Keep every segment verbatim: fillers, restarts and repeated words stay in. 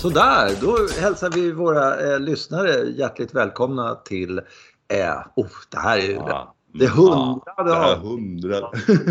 Sådär, då hälsar vi våra eh, lyssnare hjärtligt välkomna till eh, oh, det här är ja. det, det hundrade ja, det här hundrade.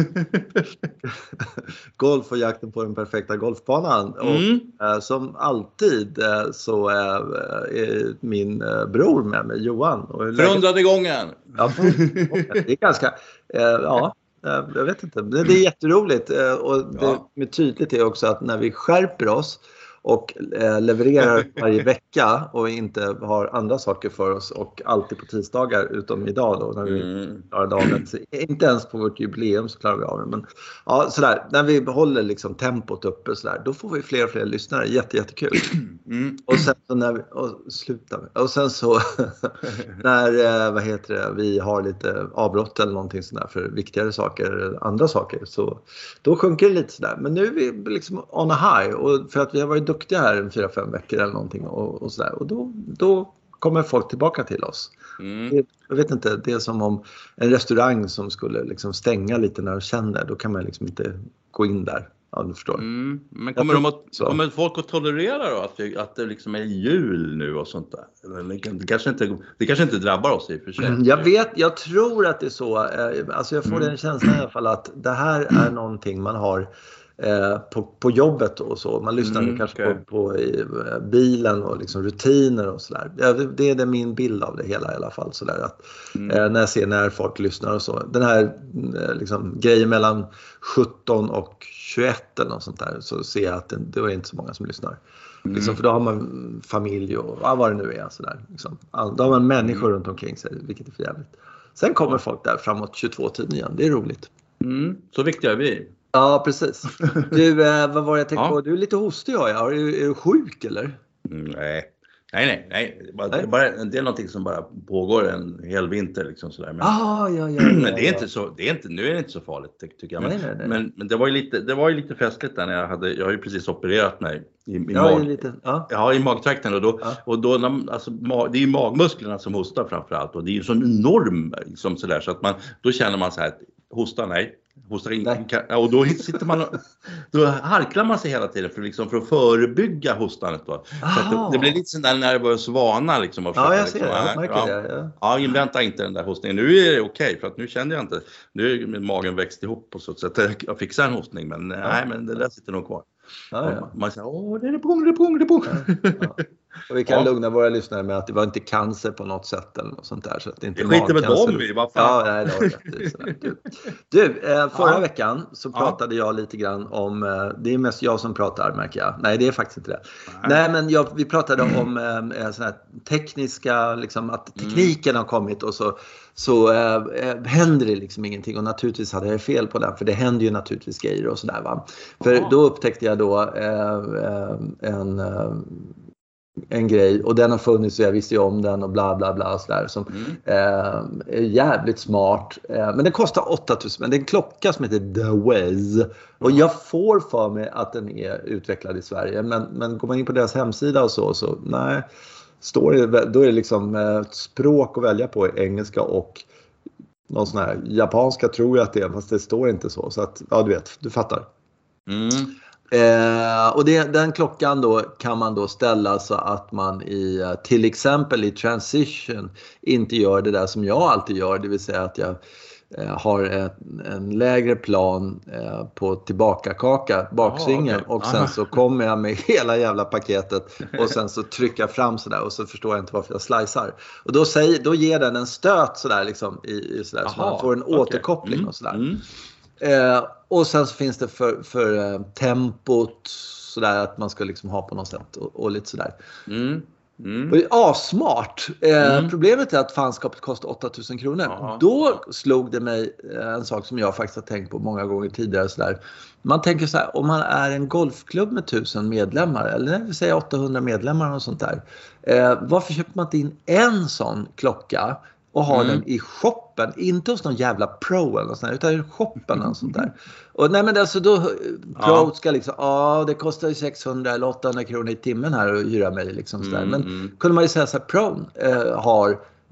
Golf och jakten på den perfekta golfbanan. Mm. Och eh, som alltid eh, så eh, är min eh, bror med mig, Johan. Och Förundrade gången. Ja, det är ganska, eh, ja. Jag vet inte, det är jätteroligt och det är tydligt är också att när vi skärper oss och levererar varje vecka och inte har andra saker för oss och alltid på tisdagar utom idag då när vi klarar dagen, inte ens på vårt jubileum så klarar vi av det, men ja, sådär, när vi behåller liksom tempot uppe sådär, då får vi fler och fler lyssnare, jätte, jättekul. Mm. Och sen så när vi, och slutar vi. Och sen så när, vad heter det, vi har lite avbrott eller någonting sådär för viktigare saker, andra saker, så då sjunker det lite sådär, men nu är vi liksom on a high och för att vi har varit duktiga här en fyra, fem veckor eller någonting och, och sådär. Och då, då kommer folk tillbaka till oss. Mm. Det, jag vet inte, det är som om en restaurang som skulle liksom stänga lite när de känner. Då kan man liksom inte gå in där. Ja, du förstår. Mm. Men kommer, de att, kommer folk att tolerera då att det, att det liksom är jul nu och sånt där? Det kanske inte, det kanske inte drabbar oss i och för sig. Mm, jag vet, jag tror att det är så. Alltså jag får mm. den känslan i alla fall att det här är någonting man har Eh, på, på jobbet och så. Man lyssnar mm, kanske okay. på, på i, bilen och liksom rutiner och sådär. Ja, det, det är det min bild av det hela i alla fall. Sådär, att, mm. eh, när jag ser när folk lyssnar och så. Den här eh, liksom, grejen mellan sjutton och tjugoett eller något sånt där, så ser jag att det, det är inte så många som lyssnar. Mm. Liksom, för då har man familj och ja, vad det nu är. Sådär, liksom. Då har man människor mm. runt omkring sig, vilket är för jävligt. Sen kommer folk där framåt tjugotvå-tiden igen. Det är roligt. Mm. Så viktiga är vi. Ja, precis. Du, eh, vad var jag tänkte ja. på? Du är lite hostig, ja. Är, är du sjuk, eller? Mm, nej. Nej, nej, nej. Bara, nej. Bara, det är någonting som bara pågår en hel vinter liksom sådär. Men, ah, ja, ja, ja, men det är ja. inte så, det är inte, nu är det inte så farligt tycker jag. Men, nej, nej, nej. men, men det var ju lite, det var ju lite festligt där när jag hade, jag har ju precis opererat mig i, i, ja, mag, lite, ja. Ja, i magtrakten och då, ja. och då alltså, det är ju magmusklerna som hostar framförallt och det är ju så enorm liksom sådär så att man, då känner man så här, hosta nej. Hostar in, och då sitter man då harklar man sig hela tiden för, liksom, för att förebygga hostandet då. Så att det, det blir lite sån där nervös vana liksom. Och ja, jag ser liksom, det. Jag märker ja, det. Ja, ja invänta inte den där hostningen. Nu är det okej för att nu kände jag inte, nu är min magen växt ihop på så sätt att jag fixar en hostning. Men ja. nej, men det där sitter nog kvar. Ja, ja. Man säger, åh det är på gång, det är på gång, det är på gång. Ja, ja. Och vi kan ja. lugna våra lyssnare med att det var inte cancer på något sätt eller något sånt där. Så att det inte det skiter med dem i, vad fan. Ja, nej, det var rätt. Du, du eh, förra ja. veckan så pratade ja. jag lite grann om, eh, det är mest jag som pratar märker jag. Nej, det är faktiskt inte det. Nej, nej men jag, vi pratade om eh, såna här tekniska, liksom att tekniken mm. har kommit och så så eh, händer det liksom ingenting och naturligtvis hade jag fel på den för det händer ju naturligtvis grejer och sådär va. För oh. då upptäckte jag då eh, eh, en eh, en grej och den har funnits och jag visste ju om den och bla bla bla och sådär som mm. eh, är jävligt smart eh, men den kostar åtta tusen men det är en klocka som heter The Waze och jag får för mig att den är utvecklad i Sverige men, men går man in på deras hemsida och så så nej står det, då är det liksom ett språk att välja på engelska och någon sån här japanska tror jag att det är fast det står inte så så att ja du vet du fattar. Mm. Eh, och det, den klockan då kan man då ställa så att man i till exempel i transition inte gör det där som jag alltid gör, det vill säga att jag eh, har ett, en lägre plan eh, på tillbakakaka baksvingen oh, okay. och sen så kommer jag med hela jävla paketet och sen så trycker jag fram sådär och så förstår jag inte varför jag slicear och då, säger, då ger den en stöt sådär liksom i, i sådär, så man får en okay. återkoppling mm, och sådär. Mm. Eh, och sen så finns det för, för eh, tempot sådär att man ska liksom ha på något sätt och, och lite sådär. Mm. Mm. Och det är asmart. Eh, mm. Problemet är att fanskapet kostar åtta tusen kronor. Aha. Då slog det mig en sak som jag faktiskt har tänkt på många gånger tidigare. Sådär. Man tänker så här, om man är en golfklubb med tusen medlemmar eller vi säger åttahundra medlemmar och sånt där. Eh, varför köper man inte in en sån klocka och har mm. den i shoppen, inte hos någon jävla pro eller sånt, utan i shoppen och sånt där. Och nej men alltså då, pro ja. ska liksom, ja ah, det kostar ju sexhundra eller åttahundra kronor i timmen här att hyra mig liksom sådär. Mm, men mm. kunde man ju säga så här, pro eh, har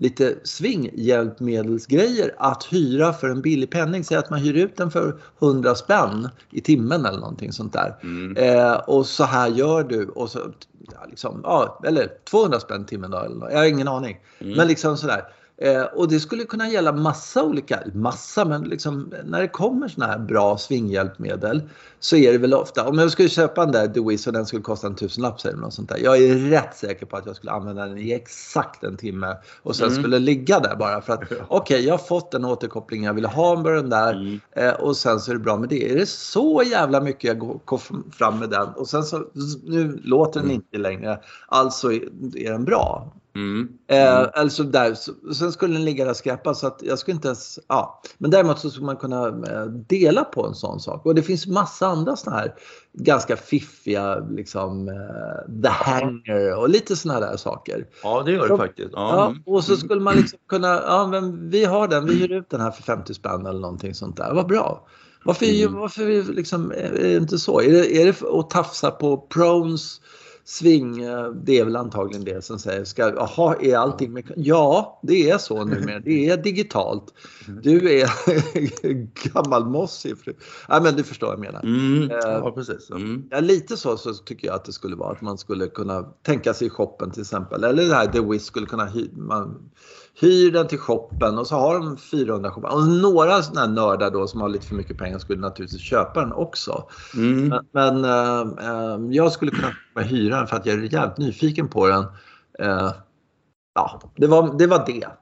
lite svinghjälpmedelsgrejer att hyra för en billig penning. Säg att man hyr ut den för hundra spänn i timmen eller någonting sånt där. Mm. Eh, och så här gör du. Och så, ja, liksom, ja, eller tvåhundra spänn i timmen då. Eller, jag har ingen aning. Mm. Men liksom sådär. Eh, och det skulle kunna gälla massa olika, massa, men liksom när det kommer såna här bra svinghjälpmedel så är det väl ofta, om jag skulle köpa den där The Wiz och den skulle kosta en tusenlapp eller något sånt där. Jag är rätt säker på att jag skulle använda den i exakt en timme och sen mm. skulle ligga där bara för att okej, okay, jag har fått den återkoppling jag ville ha med den där mm. eh, och sen så är det bra med det. Är det så jävla mycket jag går, går fram med den och sen så, nu låter den mm. inte längre, alltså är, är den bra. Mm. Mm. Eh, alltså där, så, sen skulle den ligga där och skräppa så att jag skulle inte ens, ja. Men däremot så skulle man kunna eh, dela på en sån sak. Och det finns massa andra såna här ganska fiffiga liksom eh, The Hanger och lite såna där saker. Ja, det gör det så, faktiskt. Ja. Ja, och så skulle man liksom kunna, ja men vi har den, vi hyr ut den här för femtio spänn eller någonting sånt där. Vad bra. Varför, mm. varför liksom, är det inte så? Är det, är det att tafsa på Prones sving, det är väl antagligen det som säger, ska, aha, är allting med, ja, det är så nu med, det är digitalt. Du är gammalmossig. Ja, men du förstår vad jag menar. Mm, ja, precis. Mm. Ja, lite så, så tycker jag att det skulle vara, att man skulle kunna tänka sig i shoppen till exempel, eller det här The Wiz skulle kunna hy, man hyr den till shoppen och så har de fyrahundra shoppar. Och några sådana här nördar då som har lite för mycket pengar skulle naturligtvis köpa den också. Mm. Men, men äh, jag skulle kunna hyra den för att jag är jävligt nyfiken på den. Äh, ja, det var det. Var det.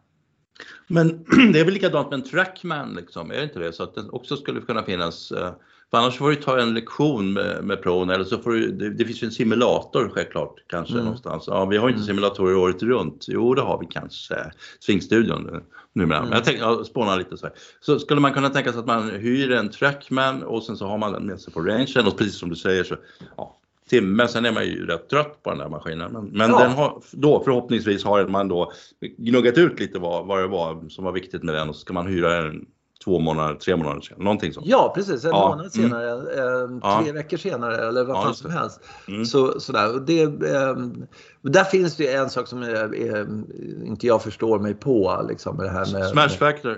Men det är väl likadant med en Trackman liksom, är det inte det? Så att den också skulle kunna finnas... Äh... För annars får du ta en lektion med, med Pro eller så får du, det, det finns ju en simulator självklart kanske mm. någonstans. Ja, vi har inte simulatorer året runt. Jo, det har vi kanske. Svingstudion numera. Mm. Men jag tänkte, jag spånar lite så här. Så skulle man kunna tänka sig att man hyr en Trackman och sen så har man den med sig på rangen och precis som du säger så, ja, timme, sen är man ju rätt trött på den där maskinen. Men, men ja. den har, då förhoppningsvis har man då gnuggat ut lite vad, vad det var som var viktigt med den och så ska man hyra en två månader, tre månader senare, någonting sånt. Ja, precis. En ja. månad senare, mm. eh, tre ja. veckor senare eller vad ja, fan som helst. Mm. Så, sådär. Och det, eh, där finns det en sak som är, är, inte jag förstår mig på. Liksom, det här med, Smash Factor.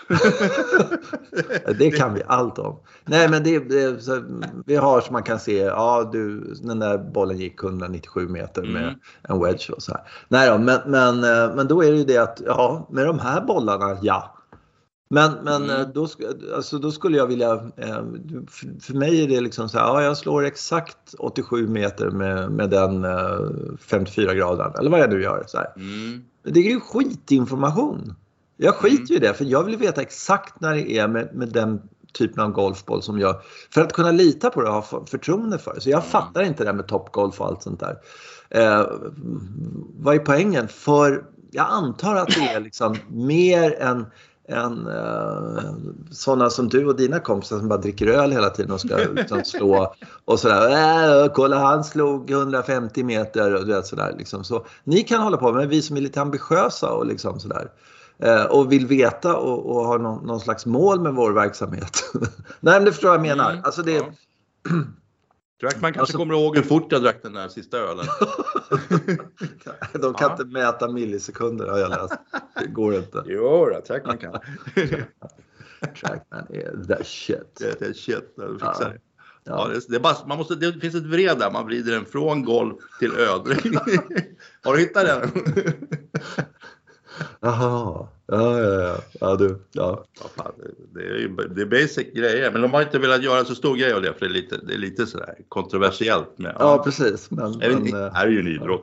Det kan vi allt om. Nej, men det, det så, vi har som man kan se, ja du, den där bollen gick hundranittiosju meter med mm. en wedge och så här. Nej då, men, men, men då är det ju det att, ja, med de här bollarna, ja. Men, men mm. då, alltså, då skulle jag vilja, eh, för, för mig är det liksom så här, ja jag slår exakt åttiosju meter med, med den eh, femtiofyra grader eller vad jag nu gör. Så här. Mm. Det är ju skitinformation. Jag skiter mm. ju i det för jag vill veta exakt när det är med, med den typen av golfboll som jag, för att kunna lita på det och ha förtroende för. Så jag mm. fattar inte det med toppgolf och allt sånt där. Eh, vad är poängen? För jag antar att det är liksom mer än En, uh, sådana som du och dina kompisar som bara dricker öl hela tiden och ska liksom, slå och sådär, äh, kolla han slog hundrafemtio meter och du vet sådär liksom. Så ni kan hålla på, men vi som är lite ambitiösa och liksom sådär uh, och vill veta och, och har någon, någon slags mål med vår verksamhet. Nej, men det förstår jag menar. Mm, alltså det ja. Drack, man kanske alltså, kommer ihåg hur fort jag drack den där sista ölen. De kan ja. inte mäta millisekunder har jag läst. Det går inte. Jo, Trackman kan. Trackman är the shit. Det är shit. Det fixar ja. det. Ja. Ja, det, det, är bara, man måste, det finns ett vred där. Man vrider den från golv till öl. Har du hittat den? Jaha, ja, ja, ja, ja, du, ja. Ja fan, det, är ju, det är basic grejer, men de har inte velat göra så stor grej av det, för det är lite, det är lite sådär kontroversiellt. Med, ja, precis. Men, är, men, det är ju en idrott.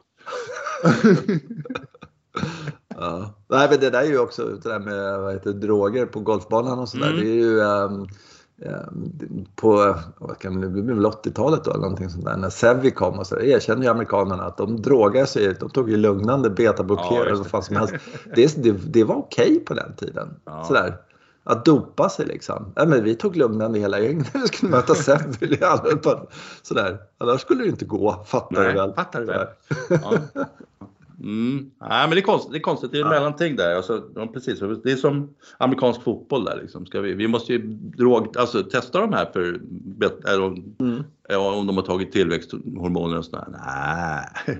Ja. Nej, men det där är ju också det där med vad heter, droger på golfbanan och sådär. Mm. Det är ju... Um, på vad kan det bli, åttiotalet då eller någonting sånt där, när Sevi kom och så erkände ju amerikanerna att de drogade sig, de tog ju lugnande betablockerare ja, vad fan som helst. Det, det, det var okej okay på den tiden. Ja. Sådär. Att dopa sig liksom. Ja, men vi tog lugnande hela gängen när vi skulle möta Sevi. Sådär. Annars skulle det inte gå, fattar Nej, du väl? Fattar du väl? Ja. Mm. Nej, men det är konstigt, det är konstigt, det är en ja. mellanting där. Alltså, ja, precis. Det är som amerikansk fotboll där liksom. Ska vi, vi måste ju drog, alltså, testa de här för är de, mm. Ja, om de har tagit tillväxthormoner och sådär. Nej.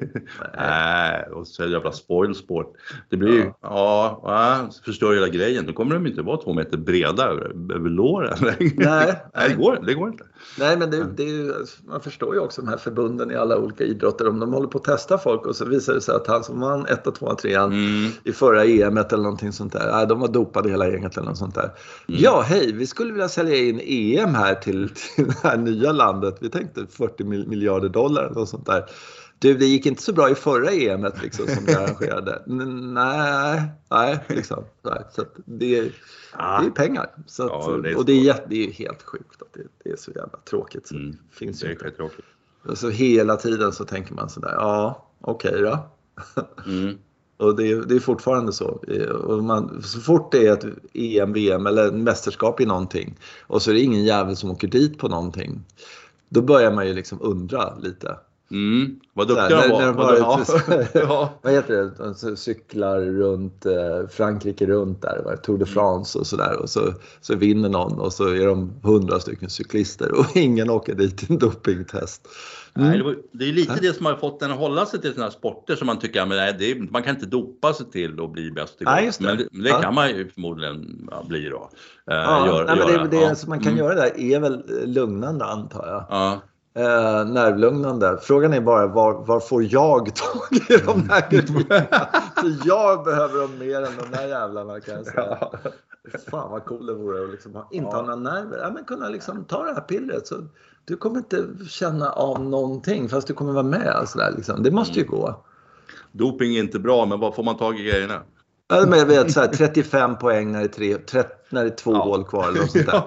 Nej. Och så är det jävla spoilsport. Det blir ju, ja, ja förstår hela grejen. Då kommer de inte vara två meter breda över, över låren. Nej. Nej, det går, det går inte. Nej, men det, det är ju, man förstår ju också de här förbunden i alla olika idrotter. Om de håller på att testa folk och så visar det sig att han som vann ett och två och trean mm. i förra E M:et eller någonting sånt där. Nej, de var dopade hela gänget eller något sånt där. Mm. Ja, hej, vi skulle vilja sälja in E M här till, till det här nya landet. Vi tänkte fyrtio miljarder dollar eller något sånt där. Du, det gick inte så bra i förra E M:et liksom, som vi arrangerade. N- nej, nej, liksom. Nej, så att det, är, ah. det är pengar. Så att, ja, det är och det är, det är helt sjukt att det, det är så jävla tråkigt. Så mm. finns det är inte. Tråkigt. Så hela tiden så tänker man sådär, ja, okej okay då. Mm. Och det är, det är fortfarande så. Och man, så fort det är ett E M, V M eller mästerskap i någonting och så är det ingen jävel som åker dit på någonting. Då börjar man ju liksom undra lite. Mm. Vad duktiga de var. När de var ja. ja. Vad heter det? De cyklar runt eh, Frankrike runt där. Var Tour de France och sådär. Och så, så vinner någon och så är de hundra stycken cyklister. Och ingen åker dit till en dopingtest. Mm. Nej, det, var, det är lite ja. det som har fått den att hålla sig till sådana här sporter som man tycker men nej, det är, man kan inte dopa sig till och bli bäst i nej, men det, det ja. kan man ju förmodligen ja, bli då. Eh, ja, gör, nej, men det, det ja. som man kan mm. göra där är väl lugnande antar jag. Ja. Eh, nervlugnande. Frågan är bara var, var får jag tag i de här grejerna? Så jag behöver dem mer än de där jävlarna kan jag säga. Ja. Fan vad cool det vore att liksom ha, inte ja. ha några nerver. Ja, men kunna liksom ta det här pillret så du kommer inte känna av någonting fast du kommer vara med. Så där, liksom. Det måste ju gå. Doping är inte bra men vad får man tag i grejerna? Ja, men jag vet så här, trettiofem poäng när det är, tre, trettio, när det är två ja. hål kvar eller något sånt där.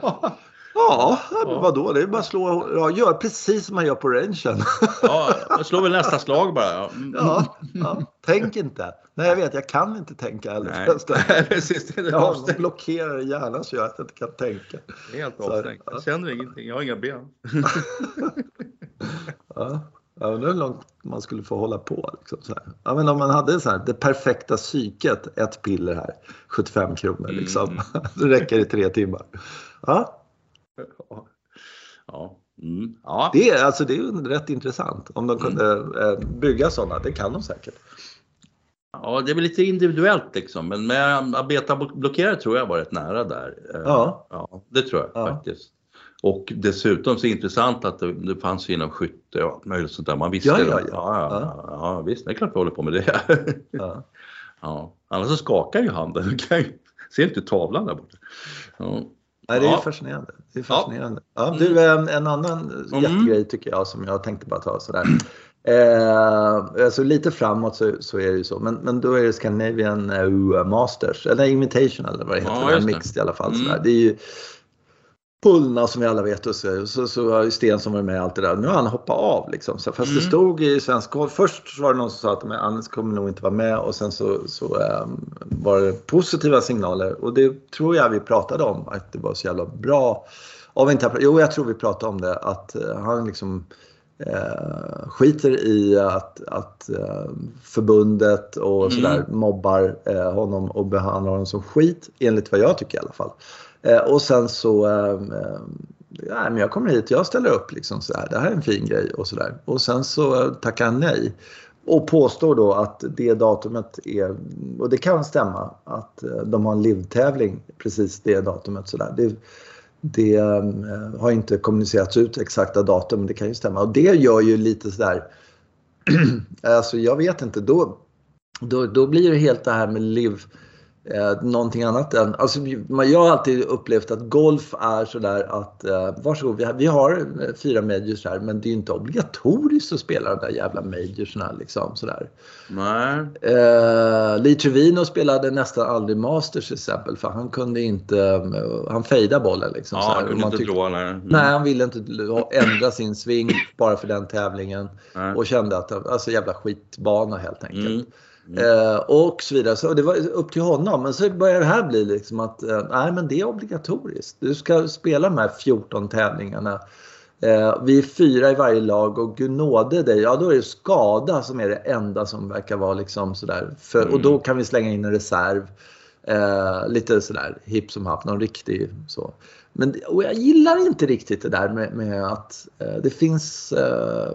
Ja, ja. Vadå? Det är bara att slå, ja, gör precis som man gör på rangen. Ja, jag slår väl nästa slag bara. Ja. Mm. Ja, ja, tänk inte. Nej, jag vet, jag kan inte tänka heller. Nej, precis. Det är ja, de blockerar hjärnan så jag inte kan tänka. Helt avstängt. Jag känner ingenting, jag har inga ben. Ja. Ja, undrar hur långt man skulle få hålla på. Liksom, så här. Ja, men om man hade så här, det perfekta psyket, ett piller här, sjuttiofem kronor. Liksom. Mm. Det räcker i tre timmar. Ja. Ja. Mm. Ja. Det, är, alltså, det är ju rätt intressant. Om de kunde mm. bygga sådana, det kan de säkert. Ja, det är väl lite individuellt liksom. Men med beta-blockerare tror jag var rätt nära där. Ja. Ja, det tror jag ja. faktiskt. Och dessutom så är det intressant att det, det fanns inom skytte och möjligt sånt där. Man visste ja, ja, ja. Ja. Ja, ja, ja, visst, det är klart vi håller på med det. Ja. Ja. Annars så skakar ju handen. Du kan ju, ser inte tavlan där borta. Ja. Nej, det är fascinerande. Det är fascinerande. Ja. Ja, du, en, en annan mm. jättegrej tycker jag som jag tänkte bara ta sådär. Eh, alltså lite framåt så, så är det ju så. Men, men då är det Scandinavian uh, Masters. Eller Invitation eller vad det heter. Ja, mixed i alla fall. Mm. Sådär. Det är ju Pullna som vi alla vet och så, så, så har ju Sten som var med allt det där. Nu har han hoppat av liksom. Så, fast mm. det stod i svensk golf. Först var det någon som sa att men Anders kommer nog inte vara med. Och sen så, så um, var det positiva signaler. Och det tror jag vi pratade om. Att det var så jävla bra. Av inte, jo, jag tror vi pratade om det. Att uh, han liksom uh, skiter i att, att uh, förbundet och mm. sådär mobbar uh, honom och behandlar honom som skit. Enligt vad jag tycker i alla fall. Och sen så, äh, ja, men jag kommer hit, jag ställer upp liksom så här, det här är en fin grej och sådär. Och sen så tackar han nej. Och påstår då att det datumet är, och det kan stämma, att de har en livtävling precis det datumet sådär. Det, det äh, har inte kommunicerats ut exakta datum, men det kan ju stämma. Och det gör ju lite sådär, alltså jag vet inte, då, då, då blir det helt det här med liv. Eh, någonting annat än, alltså jag har alltid upplevt att golf är sådär att eh, varsågod, vi har, vi har eh, fyra majors här men det är ju inte obligatoriskt att spela de där jävla majorsna liksom sådär. Nej. Eh, Lee Trevino spelade nästan aldrig Masters till exempel för han kunde inte, eh, han fejdade bollen liksom. Ja, han kunde inte tyckte, dra, nej. Mm. nej, han ville inte ändra sin sving bara för den tävlingen nej. Och kände att, alltså jävla skitbana helt enkelt. Mm. Mm. Eh, och så vidare. Så det var upp till honom. Men så börjar det här bli liksom att eh, nej men det är obligatoriskt. Du ska spela de här fjorton tävlingarna. Eh, vi är fyra i varje lag och gud nåde dig. Ja då är det skada som är det enda som verkar vara liksom sådär. För, mm. Och då kan vi slänga in en reserv. Eh, lite sådär hipp som haft. Någon riktig så. Men, och jag gillar inte riktigt det där med, med att eh, det finns eh,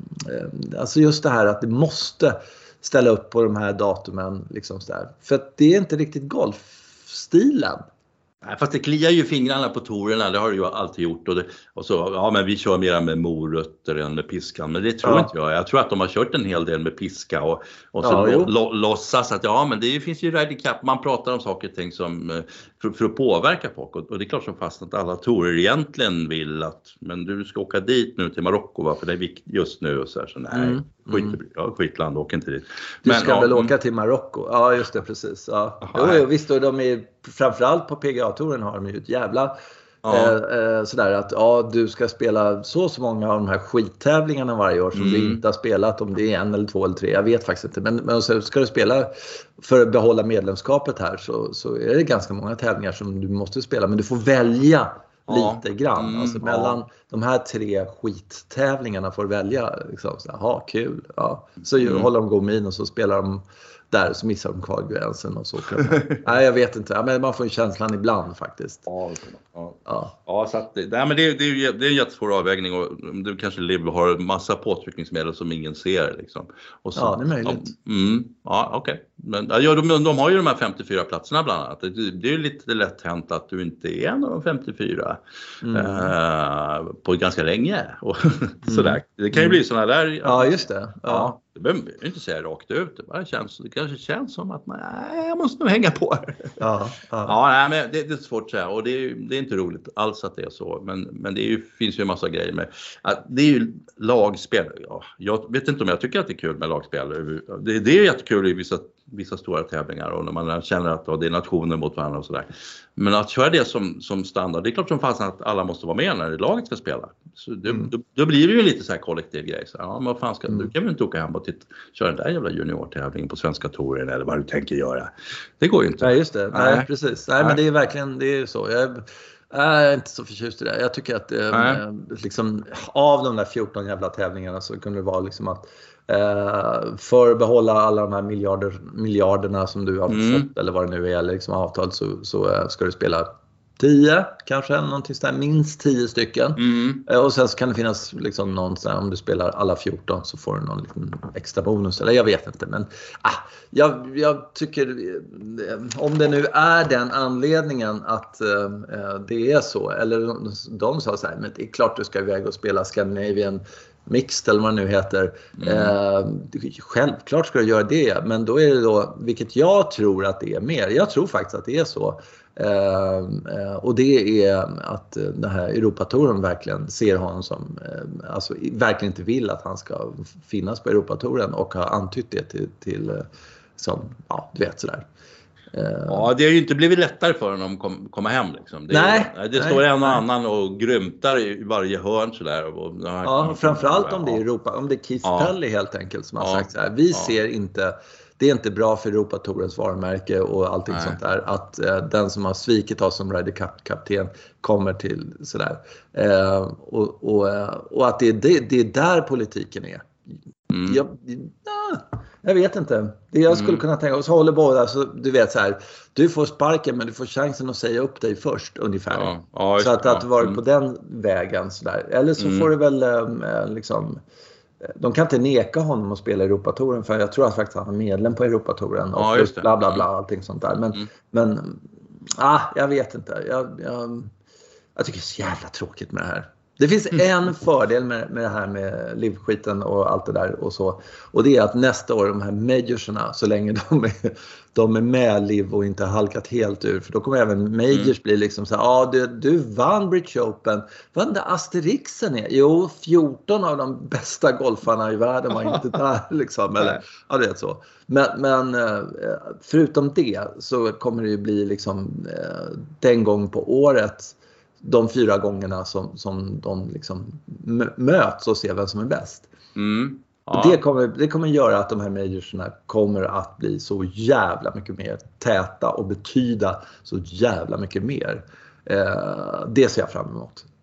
eh, alltså just det här att det måste ställa upp på de här datumen liksom så där. För att det är inte riktigt golfstilen. Nej, fast det kliar ju fingrarna på torerna, det har du ju alltid gjort. Och, det, och så, ja men vi kör mera med morötter än med piskan. Men det tror ja. inte jag. Jag tror att de har kört en hel del med piska och, och så ja, lo, lo, låtsas att ja men det finns ju Ryder Cup. Man pratar om saker och ting som, för, för att påverka folk. Och, och det är klart som fast att alla torer egentligen vill att men du ska åka dit nu till Marocko va? För det är viktigt just nu. Och så, här, så nej, mm. skit, mm. ja, skitland, åk inte dit. Du men, ska ja, väl åka till Marocko? Ja just det, precis. Ja. Aha, jo, visst, och de är framförallt på P G A-touren har de ju ett jävla ja. eh, sådär att ja, du ska spela så så många av de här skittävlingarna varje år som mm. du inte har spelat, om det är en eller två eller tre, jag vet faktiskt inte, men, men så ska du spela för att behålla medlemskapet här så, så är det ganska många tävlingar som du måste spela, men du får välja ja. lite grann, mm, alltså mellan ja. de här tre skittävlingarna får du välja liksom, så, aha, kul, ja. Så mm. håller de god min och så spelar de där så missar de kvalgränsen och så. Nej, jag vet inte. Ja, men man får ju känslan ibland faktiskt. Ja, ja. ja. ja så att, nej, men det, det, är, det är en jättesvår avvägning och du kanske Liv har massa påtryckningsmedel som ingen ser. Liksom. Och så, ja, det är möjligt. Ja, mm, ja okej. Okay. Men ja, de, de har ju de här femtiofyra platserna bland annat. Det, det är ju lite lätt hänt att du inte är en av de femtiofyra mm. eh, på ganska länge. Och sådär. Mm. Det kan ju bli sådana där. Ja, just det. Ja. Ja. Det behöver jag inte säga rakt ut. Det, bara känns, det kanske känns som att man, nej, jag måste nog hänga på. Ja, ja. ja nej, men det, det är svårt att säga. Och det är, det är inte roligt alls att det är så. Men, men det är ju, finns ju en massa grejer med. Att det är ju lagspel. Ja, jag vet inte om jag tycker att det är kul med lagspel. Det, det är jättekul i vissa, vissa stora tävlingar. Och när man känner att ja, det är nationer mot varandra och sådär. Men att köra det som, som standard. Det är klart som fast att alla måste vara med när laget ska spela. Så det, mm. då, då blir det ju lite så här kollektiv grej. Så, ja, men vad fan ska, mm. du kan väl inte åka hem och titta, köra den där jävla juniortävlingen på svenska touren eller vad du tänker göra. Det går ju inte. Nej, just det. Nej, Nej precis. Nej, Nej, men det är verkligen det är ju så. Jag, jag är inte så förtjust i det. Jag tycker att eh, liksom, av de där fjorton jävla tävlingarna så kunde det vara liksom att eh, för att behålla alla de här miljarder, miljarderna som du har mm. fått eller vad det nu är, liksom avtal så, så eh, ska du spela tio kanske, någonting sådär, minst tio stycken. Mm. Och sen så kan det finnas liksom någon sådär, om du spelar alla fjorton så får du någon liten extra bonus. Eller jag vet inte, men ah, jag, jag tycker om det nu är den anledningen att eh, det är så. Eller de, de sa så här, men det är klart du ska iväg och spela Scandinavian Mixed eller vad det nu heter. Mm. Eh, självklart ska du göra det, men då är det då, vilket jag tror att det är mer. Jag tror faktiskt att det är så. Uh, och det är att den här Europatouren verkligen ser honom som uh, alltså verkligen inte vill att han ska finnas på Europatouren och har antytt det till, till uh, som, ja du vet sådär. Uh, ja, det har ju inte blivit lättare för honom att kom, komma hem liksom. Det, nej, är, det står nej, en och nej. annan och grymtar i varje hörn sådär. Och, och ja, framförallt om det är Europa, om det är Keith ja. Pelly helt enkelt som har ja. sagt så här. Vi ja. ser inte, det är inte bra för Europatourens varumärke och allting Nej. sånt där att eh, den som har svikit oss som Ryder Cup-kapten kommer till sådär. Eh, och, och, och att det är, det, det är där politiken är. Mm. Jag, ja, jag vet inte. Det jag skulle mm. kunna tänka, och så håller båda, så du vet så här, du får sparken men du får chansen att säga upp dig först ungefär. Ja. Ja, så att, ja. att du varit mm. på den vägen sådär. Eller så mm. får du väl eh, liksom... De kan inte neka honom att spela Europatouren för jag tror att faktiskt han är medlem på Europatouren och ja, just det. bla bla bla allting sånt där. Men, mm. men ah, jag vet inte. Jag, jag, jag tycker det är så jävla tråkigt med det här. Det finns en fördel med, med det här med livskiten och allt det där och så. Och det är att nästa år de här majorserna, så länge de är, de är med liv och inte halkat helt ur. För då kommer även majors mm. bli liksom så här, ja ah, du, du vann British Open. Vad är det Asterixen är? Jo, fjorton av de bästa golfarna i världen var inte där liksom. Eller, ja, det är så. Men, men förutom det så kommer det ju bli liksom den gång på året de fyra gångerna som, som de liksom möts och ser vem som är bäst. Mm. Ja. Det, kommer, det kommer göra att de här majorserna kommer att bli så jävla mycket mer täta och betyda så jävla mycket mer. Eh, det ser jag fram emot.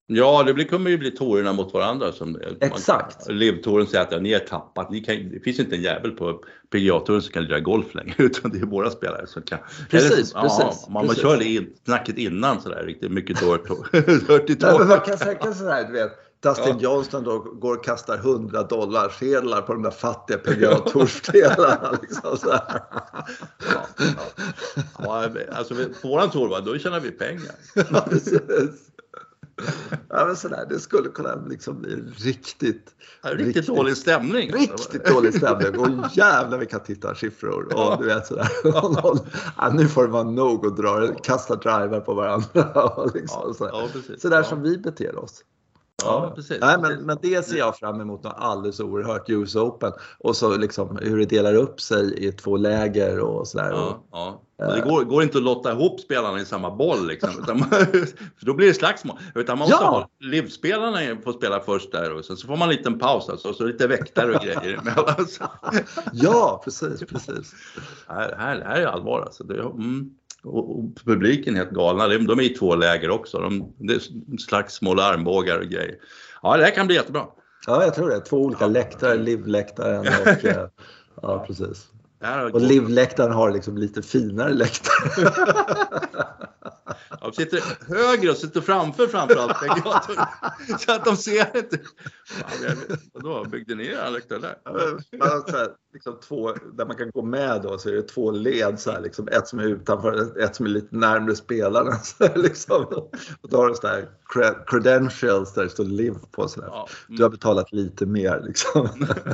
Ja, det blir, kommer ju bli torerna mot varandra. Som Exakt. Livtoren säger att ja, ni är tappat. Ni kan, det finns inte en jävel på P G A-touren som kan lira golf längre. Utan det är våra spelare som kan. Precis, eller, precis. Ja, man, precis. man kör det in, snacket innan sådär. Riktigt mycket dört i tår. Man kan säga sådär, du vet. Dustin ja. Johnson då går och kastar hundra dollar sedlar på de där fattiga P G A-tourspelarna. Liksom så här. Ja, ja. Ja, alltså på våran tour, va, då tjänar vi pengar. Ja, precis. Ja, men sådär, det skulle kunna liksom bli riktigt, ja, riktigt, riktigt dålig stämning. Riktigt dålig stämning. Och jävlar vilka tittarsiffror. Och du vet sådär. Ja, nu får det vara nog att dra, kasta driver på varandra. Och liksom, ja, sådär ja, sådär ja. Som vi beter oss. Ja, precis. Nej, men, men det ser jag fram emot något alldeles oerhört, U S Open. Och så liksom hur det delar upp sig i två läger och sådär. Ja, ja. Och det går, går inte att lotta ihop spelarna i samma boll liksom, utan man, för då blir det slagsmål. Utan man måste ja. ha livspelarna får spela först där och sen så får man en liten paus alltså, och så lite väktare och grejer emellan. Ja, precis, precis. Här, här, här är allvar alltså. Det, mm. Och, och publiken är helt galna. De är i två läger också. De, det är slagsmål, armbågar och grejer. Ja, det här kan bli jättebra. Ja, jag tror det. Två olika ja. läktare, livläktaren och... ja, precis. Och livläktaren har liksom lite finare läktare. De sitter högre och sitter framför framförallt. Så att de ser inte. Vadå, byggde ni era läktare där? Så här, liksom två, där man kan gå med då, så är det två led. Så här, liksom, ett som är utanför, ett som är lite närmare spelarna. Så här, liksom. Och då har du så här credentials där det står live på. Så ja. Mm. Du har betalat lite mer liksom.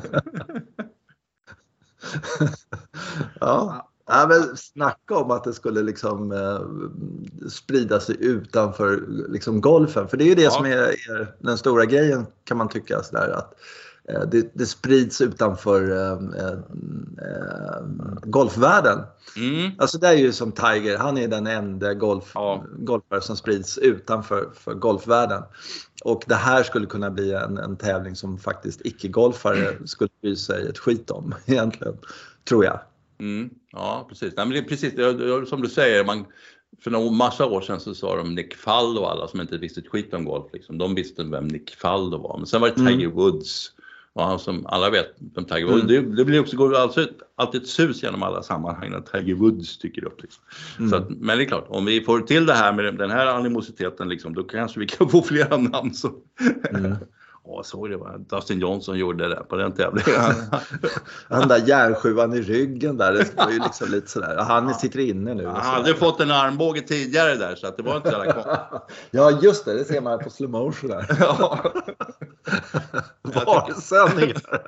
Ja. Ja, men snacka om att det skulle liksom eh, sprida sig utanför liksom golfen. För det är ju det ja. som är, är den stora grejen, kan man tycka sådär, att eh, det, det sprids utanför eh, eh, golfvärlden. Mm. Alltså det är ju som Tiger, han är den enda golf, ja. golfare som sprids utanför för golfvärlden. Och det här skulle kunna bli en, en tävling som faktiskt icke-golfare skulle bry sig ett skit om egentligen, tror jag. Mm, ja, precis. Nej, men det är precis det, som du säger, man, för några massa år sedan så sa de Nick Faldo och alla som inte visste ett skit om golf. Liksom. De visste vem Nick Faldo var. Men sen var det Tiger mm. Woods. Och han som alla vet vem Tiger Woods. Mm. Det, det blir också, går alltså alltid ett sus genom alla sammanhang när Tiger Woods tycker upp. Liksom. Mm. Så att, men det är klart, om vi får till det här med den här animositeten, liksom, då kanske vi kan få flera namn. Så. Mm. Ja, så det var Dustin Johnson gjorde det på den tävlingen. Han där järnsjuan i ryggen där, det var ju liksom lite sådär. Han sitter inne nu. Han hade fått en armbåge tidigare där, så att det var inte så jävla konstigt. Ja, just det, det ser man på slow motion där. Ja. Varsändningar.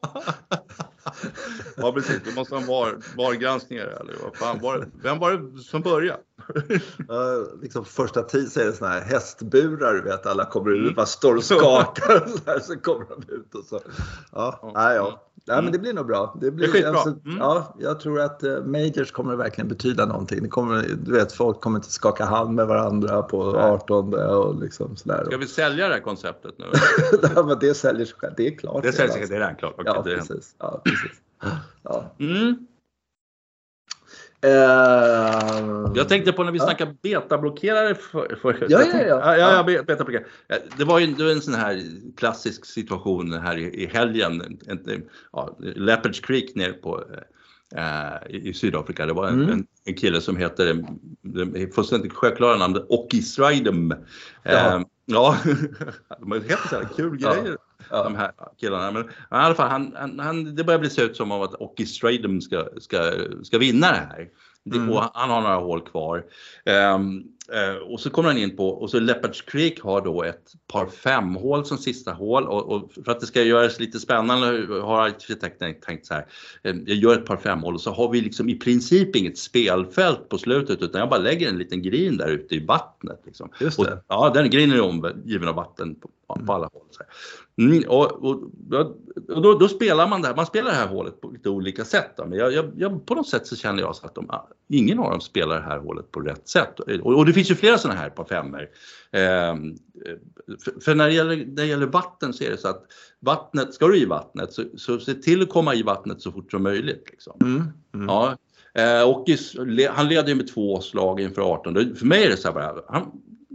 Ja, precis. Du måste ha var, vargranskningar eller vad fan var det? Vem var det som började? Uh, liksom första tid så är det såna här hästburar, du vet, alla kommer ut och bara står och skakar och så, här, så kommer de ut och så. Ja, mm. nej, ja. Nej, men det blir nog bra. Det blir, det alltså, mm. ja, jag tror att uh, majors kommer verkligen betyda någonting. Det kommer, du vet, folk kommer inte skaka hand med varandra på artonde och liksom sådär. Ska vi sälja det här konceptet nu? Ja, men det säljer sig själv. Det är klart. Det säljer sig, alltså. Det är redan klart. Okay, ja, det är precis. Ja, precis. Ja. Mm. Uh, jag tänkte på när vi snackade betablockerare för, för ja, ja, ja. ja, ja betablockerare. Det var ju det var en sån här klassisk situation här i, i helgen, en, en, ja, Leopards Creek ner på äh, i Sydafrika. Det var en, mm. en, en kille som heter, det är fullständigt självklara namn, Ockie Stridham. Ja. Äh, ja, de har helt så här kul ja. grejer. Ja. De här killarna. Men i alla fall, han, han, han, det börjar bli så ut som om att Ockie Stridham ska, ska, ska vinna det här. Mm. Och han har några hål kvar. Um, uh, och så kommer han in på, och så Leopards Creek har då ett par fem hål som sista hål. Och, och för att det ska göras lite spännande har arkitekten tänkt så här. Um, jag gör ett par fem hål och så har vi liksom i princip inget spelfält på slutet. Utan jag bara lägger en liten grin där ute i vattnet. Liksom. Just det. Och, ja, den grinen är omgiven av vatten på, på mm. alla håll. Så här. Mm, och och, och då, då spelar man det här, man spelar det här hålet på lite olika sätt då. Men jag, jag, jag, på något sätt så känner jag så att de, ingen av dem spelar det här hålet på rätt sätt. Och, och det finns ju flera sådana här på femmer. Eh, för, för när det gäller, när det gäller vatten så är det så att vattnet, ska du i vattnet så, så se till att komma i vattnet så fort som möjligt. Liksom. Mm, mm. Ja, eh, och han leder ju med två slag inför arton. För mig är det så här bara, han,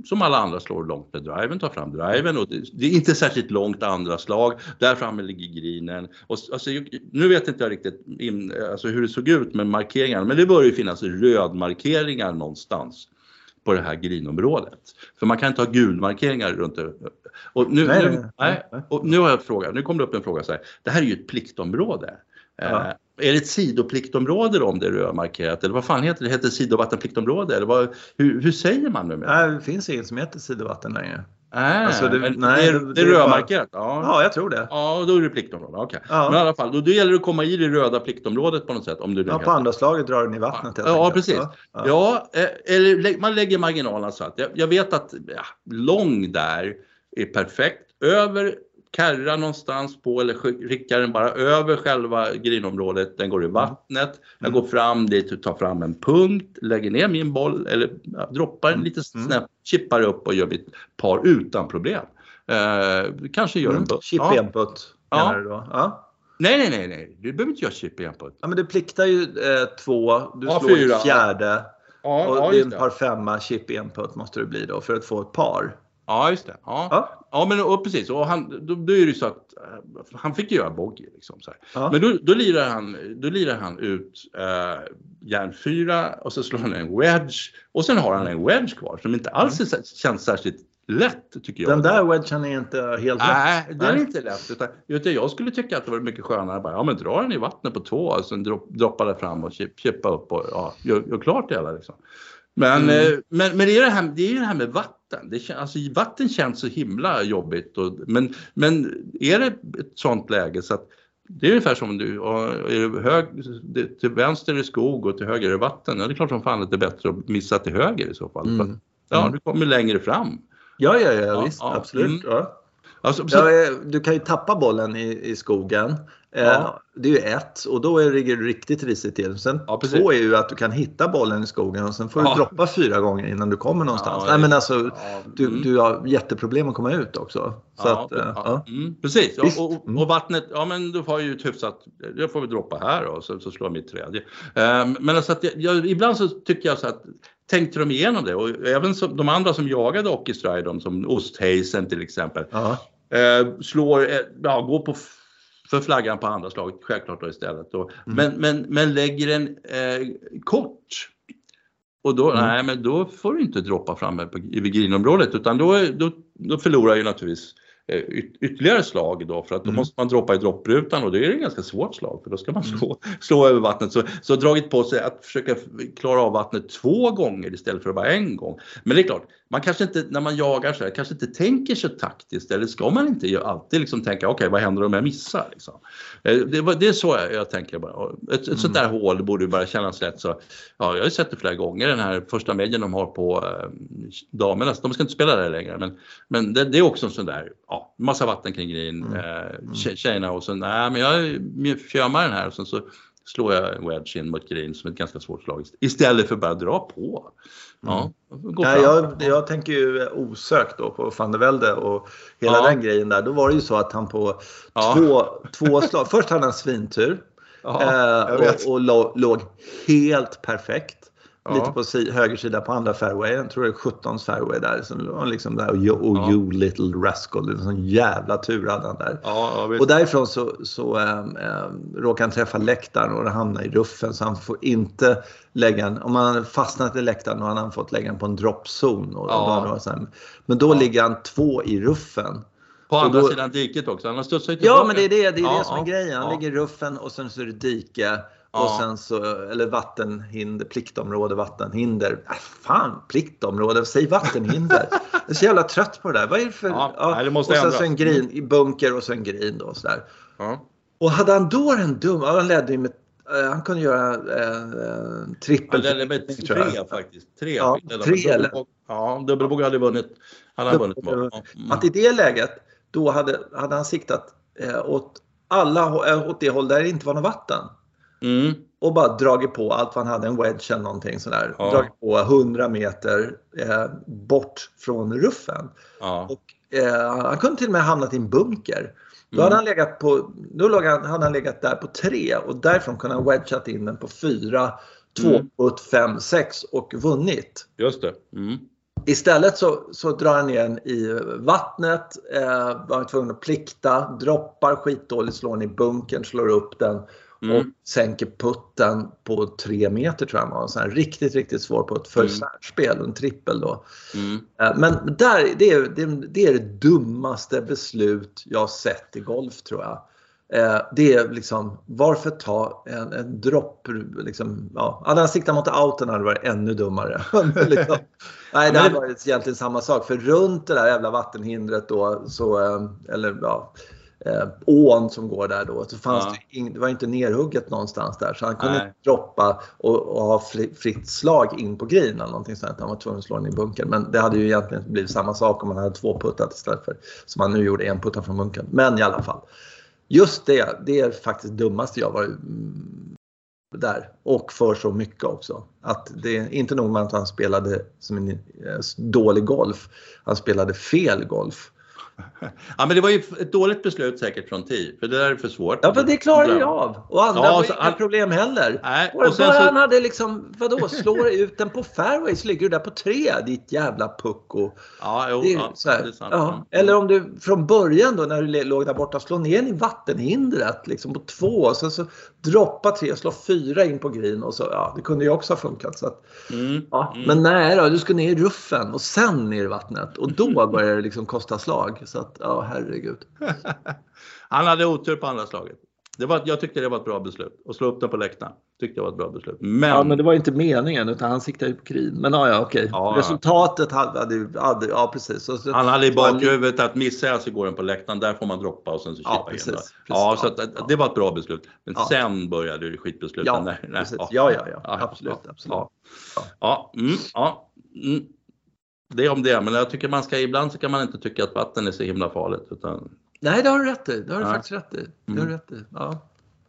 som alla andra slår långt med driven, tar fram driven och det, det är inte särskilt långt andra slag. Där framme ligger greenen. Och, alltså, nu vet inte jag riktigt in, alltså, hur det såg ut med markeringarna, men det börjar ju finnas rödmarkeringar någonstans på det här greenområdet. För man kan inte ha gulmarkeringar runt det. Och nu, nej, nu, nej, nej. Och nu har jag en fråga, nu kommer det upp en fråga så här. Det här är ju ett pliktområde. Ja. Eh, är det ett sidopliktområde om det är rödmarkerat? Eller vad fan heter det? Det heter sidovattenpliktområde? Eller vad, hur, hur säger man nu med det? Nej, det finns inget som heter sidovatten längre. Äh, alltså det, nej, det, är, det, det är rödmarkerat? Ja. ja, jag tror det. Ja, då är det pliktområde. Okay. Ja. Men i alla fall, då, då gäller det att komma i det röda pliktområdet på något sätt. Om du ja, på andra slaget drar den i vattnet. Ja, ja precis. Ja, ja. ja, eller man lägger marginalerna så att jag, jag vet att ja, lång där är perfekt. Över kärra någonstans på eller skickar den bara över själva greenområdet. Den går i vattnet. Mm. Jag går fram dit och tar fram en punkt. Lägger ner min boll eller ja, droppar den lite snabbt. Mm. Chippar upp och gör mitt par utan problem. Eh, kanske gör mm. en putt. Chip ja. en putt. Ja. Du då? Ja. Nej, nej, nej, nej. Du behöver inte göra chip en putt. Ja, men du pliktar ju eh, två. Du ja, slår fyra. fjärde. Ja, och ja, det är en par femma chip en putt måste det bli då för att få ett par. Ja, just det. Ja, ja. ja men och precis. Och han, då, då är det ju så att uh, han fick göra bogey liksom så här. Ja. Men då, då, lirar han, då lirar han ut uh, järn fyra och så slår han en wedge. Och sen har han en wedge kvar som inte alls är, känns särskilt lätt tycker jag. Den där wedgen är inte helt lätt. Nej, den är inte lätt. Utan, utan jag skulle tycka att det var mycket skönare. Bara, ja men dra den i vattnet på två och sen dropp, droppa det fram och chip, chippa upp och ja, gör, gör klart det hela liksom. Men, mm. eh, men, men det är det här, det är det här med vatten. Det, alltså, vatten känns så himla jobbigt. Och, men, men är det ett sånt läge så att det är ungefär som du, är det hög, det, till vänster är skog och till höger är vatten. Ja, det är klart som fan att det är bättre att missa till höger i så fall. Mm. För, ja, du kommer längre fram. Ja, ja, ja, visst, ja, absolut. Mm. Ja. Alltså, så... ja, du kan ju tappa bollen i, i skogen. Ja. Det är ju ett och då är det riktigt risigt till. Sen ja, två är ju att du kan hitta bollen i skogen och sen får du ja. droppa fyra gånger innan du kommer någonstans. Ja, Nej, men alltså, ja. du, mm. du har jätteproblem att komma ut också. Så ja, att, ja. Ja. Mm, precis, och, och, och vattnet, ja men du får ju ett hyfsat, jag får vi droppa här och så, så slår jag mitt tredje. Um, men alltså att jag, jag, ibland så tycker jag så att tänkte de igenom det och även så, de andra som jagade Ockystride, som Ostheisen till exempel, uh, slår, ja, går på för flaggan på andra slaget, självklart då istället. Och, mm. men, men, men lägger den eh, kort. Och då, mm. nej, men då får du inte droppa framme på, i greenområdet utan då, då, då förlorar ju naturligtvis eh, yt, ytterligare slag då för att då mm. måste man droppa i dropprutan och det är ett ganska svårt slag för då ska man slå, slå över vattnet. Så, så dragit på sig att försöka klara av vattnet två gånger istället för bara en gång. Men det är klart, man kanske inte, när man jagar så här, kanske inte tänker så taktiskt eller ska man inte alltid liksom tänka, okej, okay, vad händer om jag missar liksom. Det, det är så jag, jag tänker bara. Ett, ett mm. sånt där hål borde ju bara kännas lätt så. Ja, jag har ju sett det flera gånger, den här första medien de har på äh, damerna, de ska inte spela där längre, men, men det, det är också en sån där, ja, massa vatten kring green, mm. äh, tjejerna och så, nej men jag fjärmar den här och sen så slår jag en wedge in mot green som ett ganska svårt slag istället för bara dra på. Ja, mm. Nej, jag, jag tänker ju osökt då på Van der Velde och hela ja. den grejen där. Då var det ju så att han på ja. två, två slag, först hade han svintur ja, eh, och, och låg, låg helt perfekt. Ja. Lite på si, höger sida på andra fairway. Jag tror det är sjutton fairway där. Så liksom där och you, och ja. you little rascal. Det är en sån jävla tur hade han där. Ja, och därifrån så, så ähm, ähm, råkar han träffa läktaren och hamnar i ruffen. Så han får inte lägga en, om han hade fastnat i läktaren och han hade fått lägga en på en droppzon. Och, ja. och sen, men då ja. ligger han två i ruffen. På andra då, sidan diket också. Han har studsat ja, men det är det, det, är ja, det som är ja, grejen. Han ja. ligger i ruffen och sen så är det dike. Ja. Och sen så, eller vattenhinder, pliktområde, vattenhinder. Äh, fan, pliktområde, säg vattenhinder. Jag är så jävla trött på det där. Vad är det för? Ja, ja. Nej, det måste och sen ändras. så en green i bunker och så en green då. Så där. Ja. Och hade han då en dum, han ledde ju med, uh, han kunde göra uh, trippel. Han ledde med tre faktiskt. Tre. Ja, tre eller? Ja, dubbelbåge hade vunnit. Han hade vunnit mål. Mm. Att i det läget, då hade, hade han siktat uh, åt alla, åt det håll där det inte var något vatten. Mm. Och bara dragit på allt vad han hade, en wedge eller någonting sådär. Ja. Dragit på hundra meter eh, bort från ruffen. Ja. Och eh, han kunde till och med hamnat i en bunker. Då Mm. hade han legat på, då låg han, hade han legat där på tre. Och därifrån kunde han wedgat in den på fyra, två, mm. fem, sex och vunnit. Just det. Mm. Istället så, så drar han ner den i vattnet, eh, var tvungen att plikta, droppar skitdåligt, slår den i bunkern, slår upp den mm. och sänker putten på tre meter tror jag var. En sån här riktigt, riktigt svår putt för mm. särspel, en trippel då. Mm. Eh, men där, det, är, det, det är det dummaste beslut jag har sett i golf tror jag. Eh, det är liksom, varför ta en, en dropp, liksom, ja, hade han siktat mot outen hade det varit ännu dummare. liksom. Nej, det hade varit egentligen samma sak, för runt det där jävla vattenhindret då, så, eh, eller ja, eh, ån som går där då, så fanns ja. det, in, det var inte nerhugget någonstans där, så han kunde Nej. inte droppa och, och ha fritt slag in på green eller någonting sånt. Han var tvungen att slå den i bunkern, men det hade ju egentligen blivit samma sak om man hade två puttat istället för, som han nu gjorde, en putta från bunkern. Men i alla fall. Just det, det är faktiskt dummaste jag var där. Och för så mycket också. Att det är inte nog med att han spelade som en dålig golf. Han spelade fel golf. Ja, men det var ju ett dåligt beslut säkert från T. För det där är för svårt. Ja, för det klarar jag av. Och andra ja, var inga han... problem heller. Nej, och sen bara så... han hade liksom, vadå, slår ut den på fairway så ligger du där på tre, ditt jävla pucko. Ja, jo, det är, ja, så här, det är sant. Ja. Eller om du från början då, när du låg där borta, slår ner den i vattenhindret liksom på två, och sen så droppa tre, slå fyra in på green och så, ja, det kunde ju också ha funkat. Så att, mm, ja. mm. Men nej då, du ska ner i ruffen och sen ner i vattnet. Och då börjar det liksom kosta slag. Så att, ja, herregud. Han hade otur på andra slaget. Det var, jag tyckte det var ett bra beslut. Att slå upp den på läktaren. Tyckte det var ett bra beslut. Men... Ja, men det var inte meningen, utan han siktade ju på green. Men ja, ja okej. Ja, resultatet hade ju... Hade, ja, precis. Så, han hade i bakhuvudet att missa jag så går den på läktaren. Där får man droppa och sen så chippa ja, precis, in. Precis, ja, så att, ja. det var ett bra beslut. Men ja. sen började det skitbeslut. Ja, nej, nej, precis. Ja, ja, ja. ja. Absolut, ja. absolut. Ja, ja. Mm, ja. Mm. Det är om det. Men jag tycker man ska... Ibland så kan man inte tycka att vatten är så himla farligt. Utan... Nej, det har du rätt i. Det har du ja. faktiskt rätt i. Det har mm. du rätt i. Ja.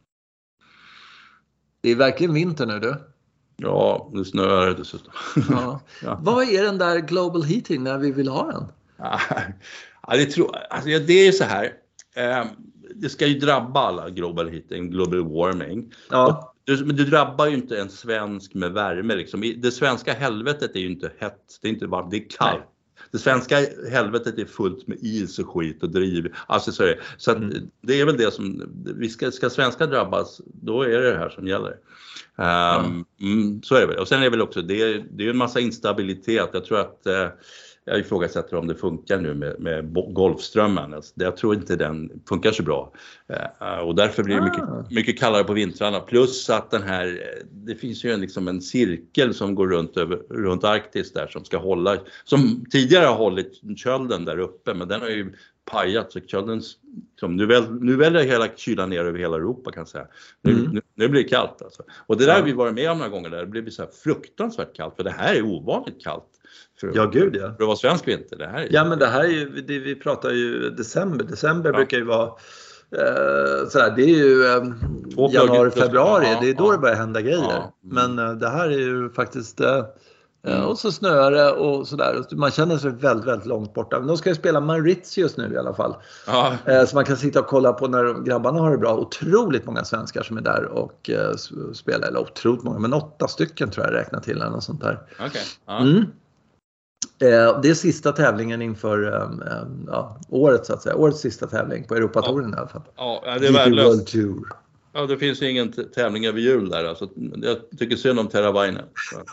Det är verkligen vinter nu, du. Ja, det snöar det dessutom. Ja. Ja. Vad är den där global heating när vi vill ha den? Ja, det, tror, alltså, det är så här. Eh, det ska ju drabba alla global heating, global warming. Ja. Du, men du drabbar ju inte en svensk med värme. Liksom. Det svenska helvetet är ju inte hett. Det är inte varmt, det är kallt. Nej. Det svenska helvetet är fullt med is och skit och driv. Alltså så är det. Så att mm. det är väl det som, vi ska, ska svenska drabbas, då är det det här som gäller. Um, mm, så är det väl. Och sen är det väl också, det är, det är en massa instabilitet. Jag tror att, eh, jag ifrågasätter om det funkar nu med, med golfströmmen. Alltså, jag tror inte den funkar så bra. Uh, och därför blir det mycket, mycket kallare på vintrarna. Plus att den här, det finns ju en, liksom en cirkel som går runt, över, runt Arktis där som ska hålla, som tidigare har hållit kölden där uppe. Men den har ju pajat så kölden, som nu, väl, nu väljer hela kylan ner över hela Europa kan jag säga. Nu, mm. nu, nu blir det kallt alltså. Och det där har ja. vi varit med om några gånger där. Det blir så här fruktansvärt kallt. För det här är ovanligt kallt. För, ja, gud ja. För att vara svensk vinter. Det här är ja, men det här är ju, det, vi pratar ju december. December ja. brukar ju vara eh, sådär, det är ju eh, januari, februari. Ja, det är då ja. det börjar hända grejer. Ja. Mm. Men eh, det här är ju faktiskt... Eh, Mm. Och så snöar det och sådär. Man känner sig väldigt, väldigt långt borta. Men de ska ju spela Mauritius nu i alla fall. Ja. Så man kan sitta och kolla på när grabbarna har det bra. Otroligt många svenskar som är där och spelar. Eller otroligt många, men åtta stycken tror jag räknar till eller något sånt där. Okay. Ja. Mm. Det är sista tävlingen inför ja, året så att säga. Årets sista tävling på Europatouren ja. i alla fall. Ja, det är värdelöst. Ja, det finns ju ingen t- tävling över jul där. Alltså, jag tycker synd om Teravainen.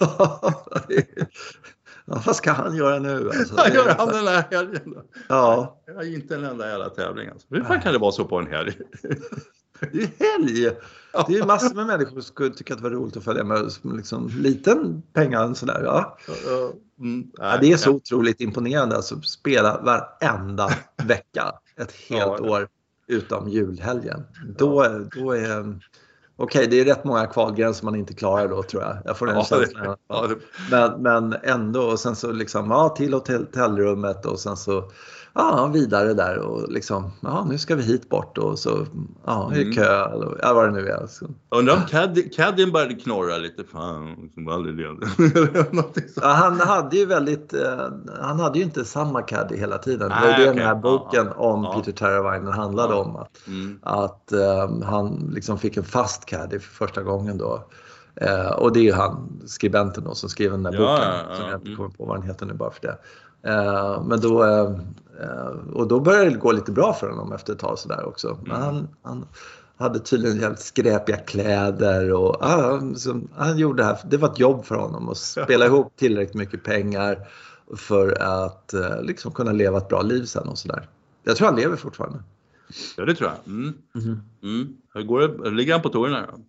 Ja, vad ska han göra nu? Alltså? Vad gör han den här helgen då? Ja. Jag är inte en enda jävla tävling. Alltså. Hur fan kan det vara så på en helg? Det är ju helg. Det är ju massor med människor som skulle tycka att det var roligt att följa med liksom, liten pengar. Sådär, ja. Mm, ja, det är så otroligt imponerande. Alltså, spela varenda vecka. Ett helt ja, år. Utom julhelgen. Då, då är... Okej, okay, det är rätt många kvalgränser man inte klarar då tror jag. Jag får den ja, känslan. Ja, det... men, men ändå, och sen så liksom, ja, till hotellrummet och sen så, ja, vidare där och liksom, ja, nu ska vi hit bort och så, ja, i kö eller ja, vad det nu är. Så. Undrar om Caddien började knorra lite, fan, som aldrig ja, han hade ju väldigt, eh, han hade ju inte samma Caddie hela tiden. Det var ju det den här boken ja, om ja. Peter Teravainen handlade ja. om. Att, mm. att um, han liksom fick en fast Caddie för första gången då. Eh, och det är ju han, skribenten då, som skrev den där Ja, boken. ja, ja. Som jag inte kommer på vad den heter nu bara för det. Eh, men då, eh, och då började det gå lite bra för honom efter ett tag sådär också. Men Mm. han, han hade tydligen jävligt skräpiga kläder och ah, så, han gjorde det här. Det var ett jobb för honom att spela ihop tillräckligt mycket pengar för att eh, liksom kunna leva ett bra liv sen och sådär. Jag tror han lever fortfarande. Ja, det tror jag. Mm. Mm. Mm. Hur går det? Ligger han på touren då?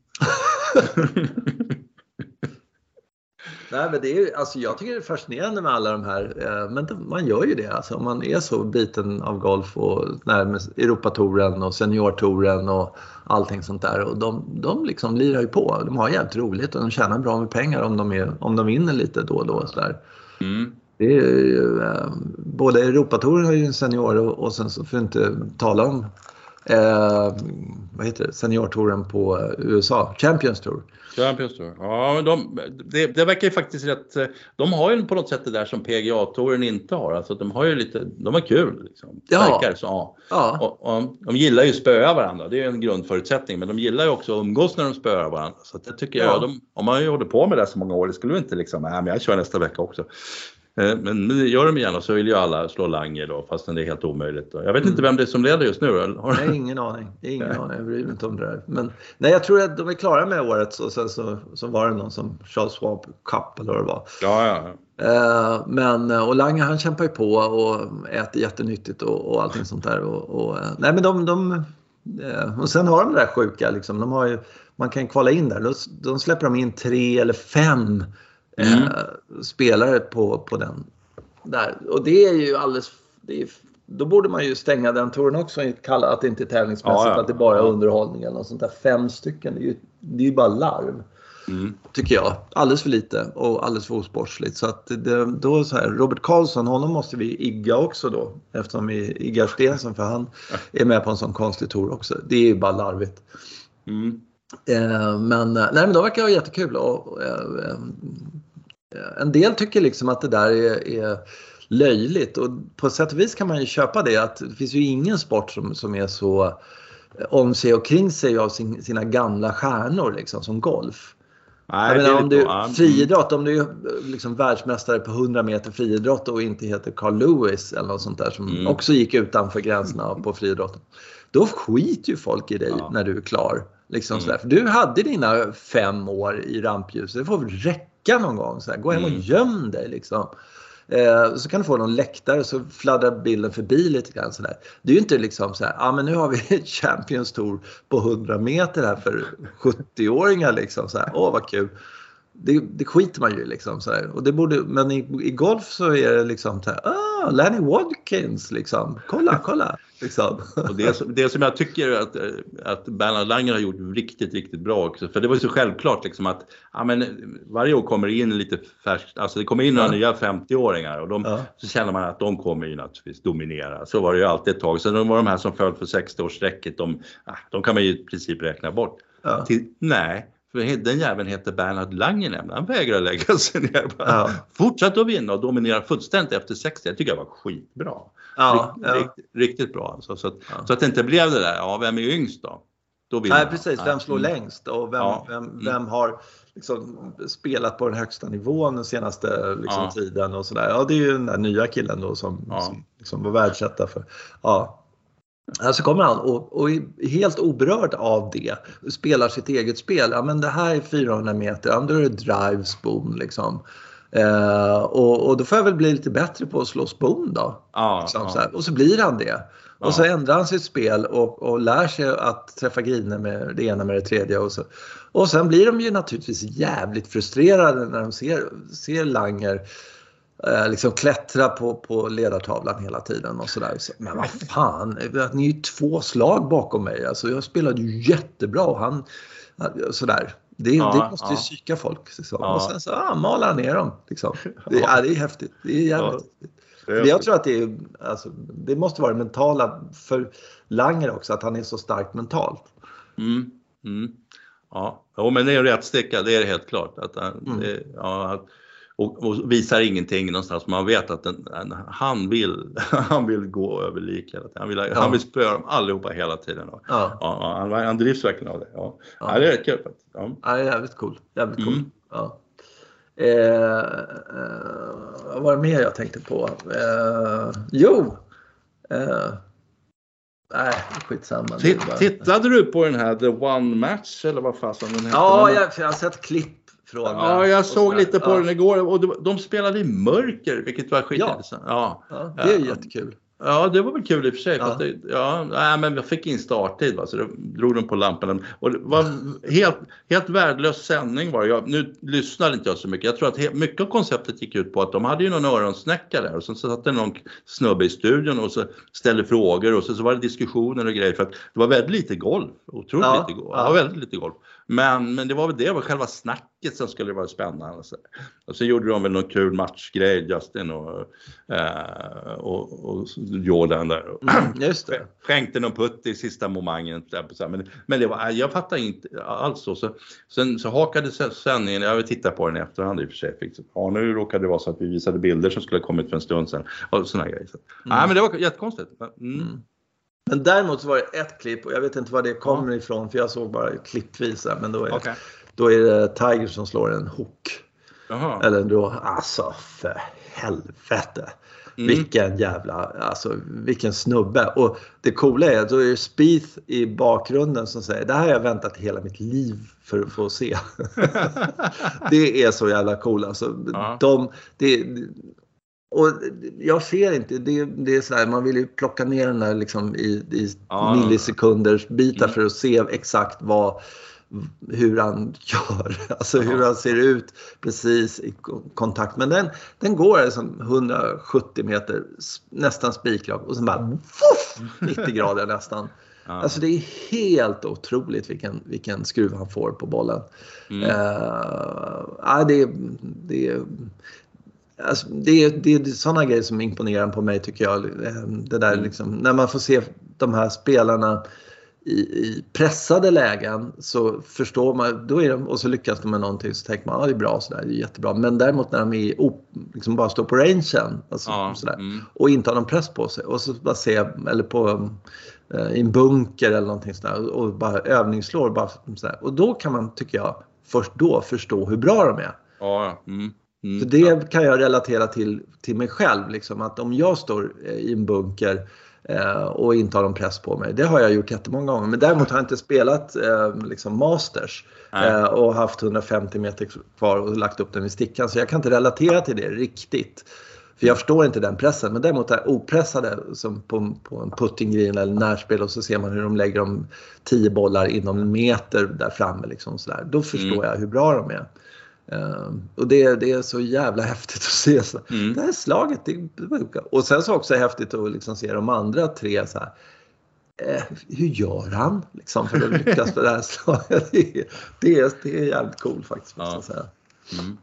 Nej, men det är ju, alltså jag tycker det är fascinerande med alla de här, eh, men det, man gör ju det alltså, om man är så biten av golf och Europatouren och seniortouren och allting sånt där, och de, de liksom lirar ju på, de har jävligt roligt och de tjänar bra med pengar om de, är, om de vinner lite då och då och så där. Mm. Det är ju, eh, både Europatouren har ju en senior och, och sen så får jag inte tala om eh, vad heter det, seniortouren på U S A, Champions Tour. Champions Tour. Ja, men de, det, det verkar ju faktiskt rätt. De har ju på något sätt det där som P G A-touren inte har. Alltså de har ju lite, de har kul liksom. Ja. Verkar, så, ja. Ja. Och, och, de gillar ju spöa varandra. Det är en grundförutsättning. Men de gillar ju också att umgås när de spöar varandra. Så det tycker Ja. jag, de, om man ju håller på med det så många år, det skulle ju inte liksom, nej men jag kör nästa vecka också. Men det gör de igen och så vill ju alla slå Lange då, fast det är helt omöjligt. Jag vet inte vem det är som leder just nu. Har... Nej, ingen aning. Ingen nej. aning. Jag bryr mig inte om det där. Men nej, jag tror att de är klara med året. Och sen så, så var det någon som Charles Schwab Cup eller vad det var. Ja, ja. Eh, men, och Lange han kämpar ju på och äter jättenyttigt och, och allting sånt där. Och, och, nej, men de... de eh, och sen har de det där sjuka liksom. De har ju, man kan kvala in där. De, de släpper de in tre eller fem Mm. Eh, spelare på, på den där. Och det är ju alldeles, det är, då borde man ju stänga den touren också, kalla att det inte är tävlingsmässigt, ja, ja. Att det bara är underhållning eller något sånt där. Fem stycken, det är ju, det är ju bara larv. Mm. Tycker jag. Alldeles för lite och alldeles för osportsligt. Så att det, då så här, Robert Karlsson, honom måste vi igga också då, eftersom vi iggar Stensen, för han är med på en sån konstig tour också. Det är ju bara larvigt. Mm. Eh, men, nej, men då verkar det jättekul och, eh, en del tycker liksom att det där är, är löjligt, och på sätt och vis kan man ju köpa det, att det finns ju ingen sport som, som är så om sig och kring sig av sin, sina gamla stjärnor liksom, som golf. Nej, jag menar, om du friidrott, om du är liksom världsmästare på hundra meter friidrott och inte heter Carl Lewis eller något sånt där som mm. också gick utanför gränserna på friidrotten, då skiter ju folk i dig ja. När du är klar. Liksom mm. sådär. För du hade dina fem år i rampljuset, det får väl räcka någon gång. Sådär. Gå hem och mm. göm dig liksom. Eh, så kan du få någon läktare så fladdrar bilden förbi lite grann sådär. Det är ju inte liksom så här, ja ah, men nu har vi ett Champions Tour på hundra meter här för sjuttio-åringar liksom så här. Åh vad kul. Det, det skiter man ju liksom så här. Och det borde, men i, i golf så är det liksom så här, ah, Lenny Watkins liksom. Kolla, kolla. Liksom. Och det, det som jag tycker att, att Bernhard Langer har gjort riktigt, riktigt bra också. För det var ju så självklart liksom att ja, men, varje år kommer det in lite färskt, alltså det kommer in några ja. nya femtio-åringar och de, ja. så känner man att de kommer ju naturligtvis dominera. Så var det ju alltid ett tag. Sen de var de här som föll för sextio-årssträcket, de, de kan man ju i princip räkna bort. Ja. Till, nej. För den jäveln heter Bernhard Langer nämligen. Han vägrar lägga sig ner. Ja. Fortsatt att vinna och dominera fullständigt efter sextio. Jag tycker det var skitbra. Ja, Rikt, ja. Riktigt, riktigt bra. Alltså. Så, att, ja. så att det inte blev det där. Ja, vem är yngst då? Då Nej, precis. Vem slår mm. längst? Och vem, ja. vem, vem har liksom spelat på den högsta nivån den senaste liksom, ja. tiden och sådär. Ja, det är ju den där nya killen då som, ja. som liksom var världsetta för. Ja. Alltså kommer han och, och är helt oberörd av det, spelar sitt eget spel. Ja, men det här är fyrahundra meter, ja, då är det drive spoon liksom. Eh, och, och då får jag väl bli lite bättre på att slå spoon då. Ja, liksom, ja. Så här. Och så blir han det. Ja. Och så ändrar han sitt spel och, och lär sig att träffa griner med det ena med det tredje. Och, så. Och sen blir de ju naturligtvis jävligt frustrerade när de ser, ser Langer liksom klättra på, på ledartavlan hela tiden och sådär. Så, men vad fan, ni är ju två slag bakom mig. Alltså jag spelade ju jättebra och han sådär. Det, ja, det måste ju ja. psyka folk. Liksom. Ja. Och sen så ah, malar han ner dem. Liksom. Det, ja. Ja, det är häftigt. Det är jävligt ja. häftigt. Det är jag tror att det är, alltså, det måste vara det mentala för Langer också, att han är så starkt mentalt. Mm. Mm. Ja. ja, men det är rätt sticka, det är helt klart. Att, mm. det, ja, att, och, och visar ingenting någonstans. Man vet att den, han, vill, han vill gå över lik hela tiden. Han vill, ja. han vill spöra dem allihopa hela tiden. Och, ja. Ja, han, han drivs verkligen av det. Ja. Ja. Ja, det är kul faktiskt. Ja. Ja, det är jävligt cool. Jävligt cool. Mm. Ja. Eh, eh, vad var det mer jag tänkte på? Eh, jo! Eh, nej, skitsamma. Titt, bara... Tittade du på den här The One Match eller vad fasen den heter? Ja, jag, jag har sett klipp från ja, jag såg lite på ja. den igår och de, de spelade i mörker, vilket var skitintressant. Ja. Ja, ja, det är uh, jättekul. Ja, det var väl kul i och för sig. Ja, för att det, ja nej, men jag fick in starttid, va, så då drog de på lampan. Och det var helt, helt värdelös sändning var jag. Nu lyssnade inte jag så mycket. Jag tror att he, mycket av konceptet gick ut på att de hade ju någon öronsnäcka där. Och så satt det någon snubbe i studion och så ställde frågor. Och så, så var det diskussioner och grejer. För att det var väldigt lite golf. Otroligt ja, lite golf. Ja. Ja, väldigt lite golf. Men, men det var väl det, var själva snacket som skulle vara spännande. Och så, och så gjorde de väl någon kul matchgrej, Justin och, eh, och, och Jordan där. Mm, just det. Skänkte någon putt i sista momentet. Men, men det var, jag fattar inte alls så. så. Sen så hakade sändningen, jag vill titta på den i efterhand i och för sig. Ja, nu råkade det vara så att vi visade bilder som skulle ha kommit för en stund sedan. Och såna grejer. Så. Mm. Nej, men det var jättekonstigt. Mm. Mm. Men däremot så var det ett klipp och jag vet inte var det kommer ja. ifrån för jag såg bara klippvisa, men då är, okay. då är det Tiger som slår en hook. Jaha. Eller då, alltså för helvete. Mm. Vilken jävla, alltså vilken snubbe. Och det coola är att då är det Spieth i bakgrunden som säger, det här har jag väntat hela mitt liv för att få se. Det är så jävla coolt. Alltså, ja. de, det Och jag ser inte, det, det är så här, man vill ju plocka ner den där liksom i, i ah. millisekunders bitar mm. för att se exakt vad, hur han gör, alltså ah. hur han ser ut precis i kontakt. Men den, den går liksom hundrasjuttio meter, nästan spikrak och sen bara fuff, nittio grader nästan. Ah. Alltså det är helt otroligt vilken, vilken skruv han får på bollen. Mm. Uh, det, det Alltså, det, är, det är sådana grejer som imponerar på mig tycker jag. Det där, mm. liksom, när man får se de här spelarna i, i pressade lägen så förstår man, då är de, och så lyckas de med någonting så tänker man, ja det är bra sådär, det är jättebra. Men däremot när de är, liksom bara står på rangen alltså, ja, sådär, mm. och inte har någon press på sig och så bara se, eller på eh, i en bunker eller någonting sådär och bara övningsslår bara sådär. Och då kan man, tycker jag, först då förstå hur bra de är. Ja, mm. Mm, så det ja. kan jag relatera till, till mig själv. Liksom, att om jag står i en bunker eh, och inte har någon press på mig. Det har jag gjort jättemånga gånger. Men däremot har jag inte spelat eh, liksom Masters. Eh, och haft hundrafemtio meter kvar och lagt upp den i stickan. Så jag kan inte relatera till det riktigt. För jag förstår inte den pressen. Men däremot är opressade som på, på en puttinggreen eller närspel. Och så ser man hur de lägger de tio bollar inom en meter där framme. Liksom, så där. Då förstår mm. jag hur bra de är. Uh, och det, det är så jävla häftigt att se så. Mm. Det här slaget det, och sen så också häftigt att liksom se de andra tre så här, eh, hur gör han liksom för att lyckas med det här slaget. Det är, det är, det är jävligt cool faktiskt måste jag säga. Mm.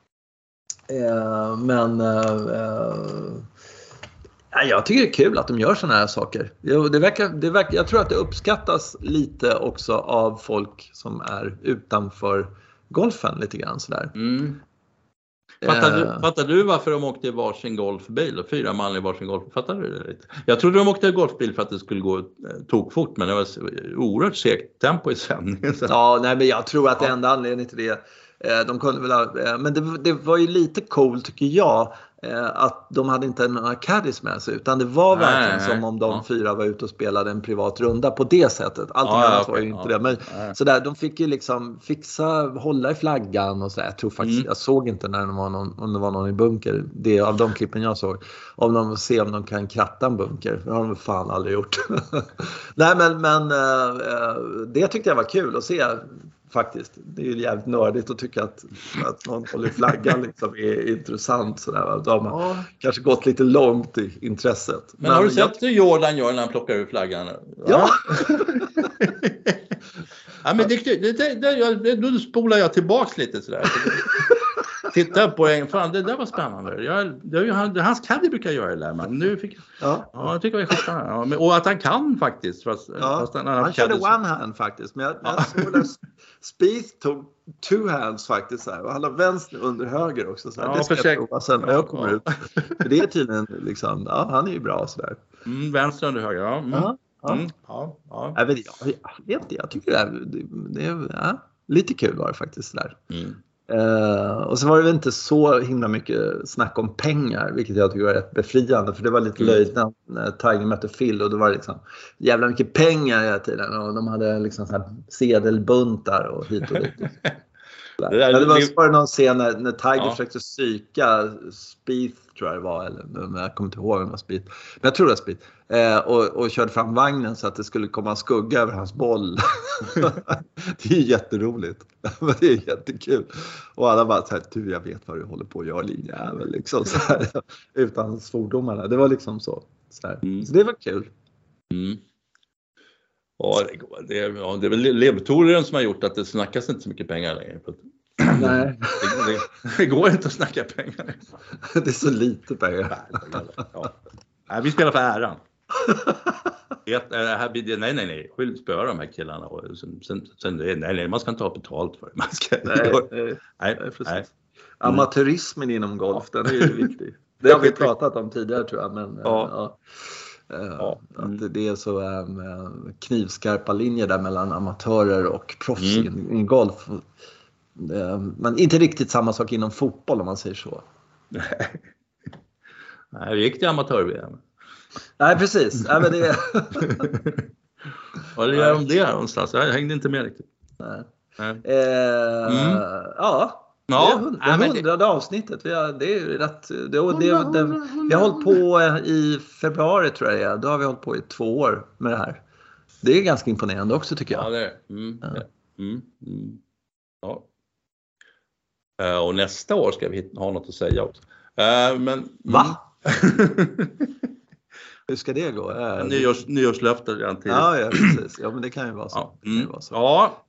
Uh, men uh, uh, ja, jag tycker det är kul att de gör såna här saker. Det verkar, det verkar, jag tror att det uppskattas lite också av folk som är utanför golfen lite grann sådär. Mm. Fattar, du, fattar du varför de åkte i varsin golfbil och fyra man i varsin golf? Fattar du det lite? Jag trodde de åkte i golfbil för att det skulle gå tokfort, men det var oerhört segt tempo i sändningen. Ja, nej, men jag tror att det enda anledningen till det, de kunde väl ha, men det, det var ju lite cool tycker jag, att de hade inte några caddies med sig, utan det var nej, verkligen nej, som om de ja. fyra var ute och spelade en privat runda på det sättet. Allting ja, annat okay, var ju inte ja, det. Men så där, de fick ju liksom fixa, hålla i flaggan och så där. Jag tror faktiskt, mm. jag såg inte när det var någon, om det var någon i bunker. Det av de klippen jag såg. Om de se om de kan kratta en bunker. Det har de fan aldrig gjort. Nej men, men äh, det tyckte jag var kul att se. Faktiskt. Det är ju jävligt nördigt att tycka att, att någon håller flaggan liksom är intressant. Sådär. De har ja. kanske gått lite långt i intresset. Men, Men har du sett jag... hur Jordan gör när han plockar ur flaggan? Ja! Ja, men det, det, det, det, då spolar jag tillbaks lite sådär. titta på en, fan det där var spännande. Jag, det, han, hans caddy brukar göra det där, men nu fick ja. ja, jag tycker det var skitbra. Ja, men, och att han kan faktiskt. Fast, ja. fast han han körde one hand faktiskt, men jag, ja. jag såg att Spieth tog two hands faktiskt så här, och han har vänster under höger också så här. Ja, det ska försök. jag prova sen när jag kommer ja. ut. För det är tydligen liksom, ja, han är ju bra så där. Mm, vänster under höger, ja. Mm. Ja. Ja. Mm. Ja. Ja. Jag vet inte, jag, jag, vet, jag tycker det är, det, det är ja, lite kul var det faktiskt där. Mm. Uh, och så var det väl inte så himla mycket snack om pengar, vilket jag tycker var rätt befriande, för det var lite mm. löjligt när Tiger mötte Phil och då var det liksom jävla mycket pengar hela tiden och de hade liksom så här sedelbuntar och hit och dit. Det, där, ja, det var så var det någon scen när, när Tiger ja. försökte psyka Spieth tror jag det var, eller jag kommer inte ihåg om det var Spieth, men jag tror det var Spieth, eh, och, och körde fram vagnen så att det skulle komma en skugga över hans boll. Det är jätteroligt. Det är jättekul. Och alla bara så här, du jag vet vad du håller på att göra, linjävel liksom så här, utan svordomarna. Det var liksom så. Så, här. Mm. Så det var kul. Mm. Ja, det är, ja, det är väl levtoren som har gjort att det snackas inte så mycket pengar längre. Nej. Det, det, det går inte att snacka pengar. Det är så lite pengar. Ja. Nej, vi spelar för äran. Ett, här blir det, nej, nej, nej. Skyll spöra de här killarna. Och sen, sen, sen, nej, nej, man ska inte ha betalt för det. Man ska, nej, nej, nej, precis. Nej. Amatörismen inom golf, den är ju viktig. Det har vi pratat om tidigare tror jag. Men, ja. Ja. Ja, att det, det är så um, knivskarpa linjer där mellan amatörer och proffs mm. i, i golf. Um, men inte riktigt samma sak inom fotboll om man säger så. Nej, Nej vi gick till amatör-V M. Nej, precis. Nej, men det... Vad är det om det här någonstans? Jag hängde inte med riktigt. Nej. Nej. Eh, mm. Ja. Ja, det är hund, det hundrade avsnittet. Vi har, det är rätt, det, det, det, vi har hållit på i februari tror jag det är. Då har vi hållit på i två år med det här. Det är ganska imponerande också tycker jag. Ja, det är mm, ja. Mm, mm. Ja. Uh, och nästa år ska vi ha något att säga också. Uh, men, Va? Hur ska det gå? Uh, Nyårs, nyårslöfte redan till. Ja, ja, precis. Ja, men det kan ju vara så. Ja. Mm. Det kan ju vara så. Ja.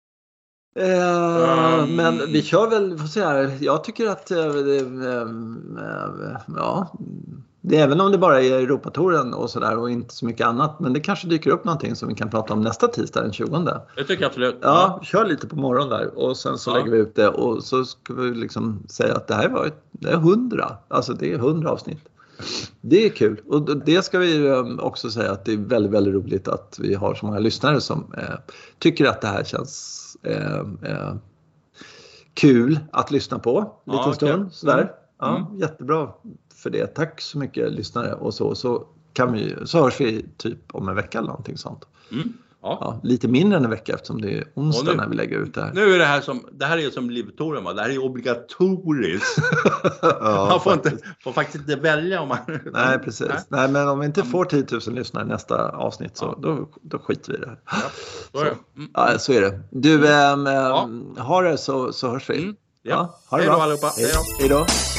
Uh, um, men vi kör väl, får se här. Jag tycker att uh, uh, uh, ja, det är även om det bara är Europatouren och sådär och inte så mycket annat, men det kanske dyker upp någonting som vi kan prata om nästa tisdag den tjugonde. Det tycker jag absolut. Ja, kör lite på morgonen där och sen så ja. lägger vi ut det och så ska vi liksom säga att det här var det är hundra, alltså det är hundra avsnitt. Det är kul och det ska vi också säga att det är väldigt, väldigt roligt att vi har så många lyssnare som eh, tycker att det här känns Eh, eh, kul att lyssna på en liten ja, stund okay. sådär. Mm. Ja, mm. Jättebra för det. Tack så mycket lyssnare och så så kan vi så hörs vi typ om en vecka eller någonting sånt. Mm. Ja. Ja, lite mindre än en vecka eftersom det är onsdag nu, när vi lägger ut det här. Nu är det här som det här är som livtoren va. Det här är obligatoriskt. Ja, man får inte får faktiskt inte välja om man. Nej, precis. Nej, Nej men om vi inte får tio tusen lyssnare nästa avsnitt så ja. då då skiter vi i det här. Ja, så är det. Mm. Ja, så är det. Du ähm, ja. har det så så hörs vi. Mm. Ja. Ja, ha det hej då bra. allihopa. Hej då. Hej då.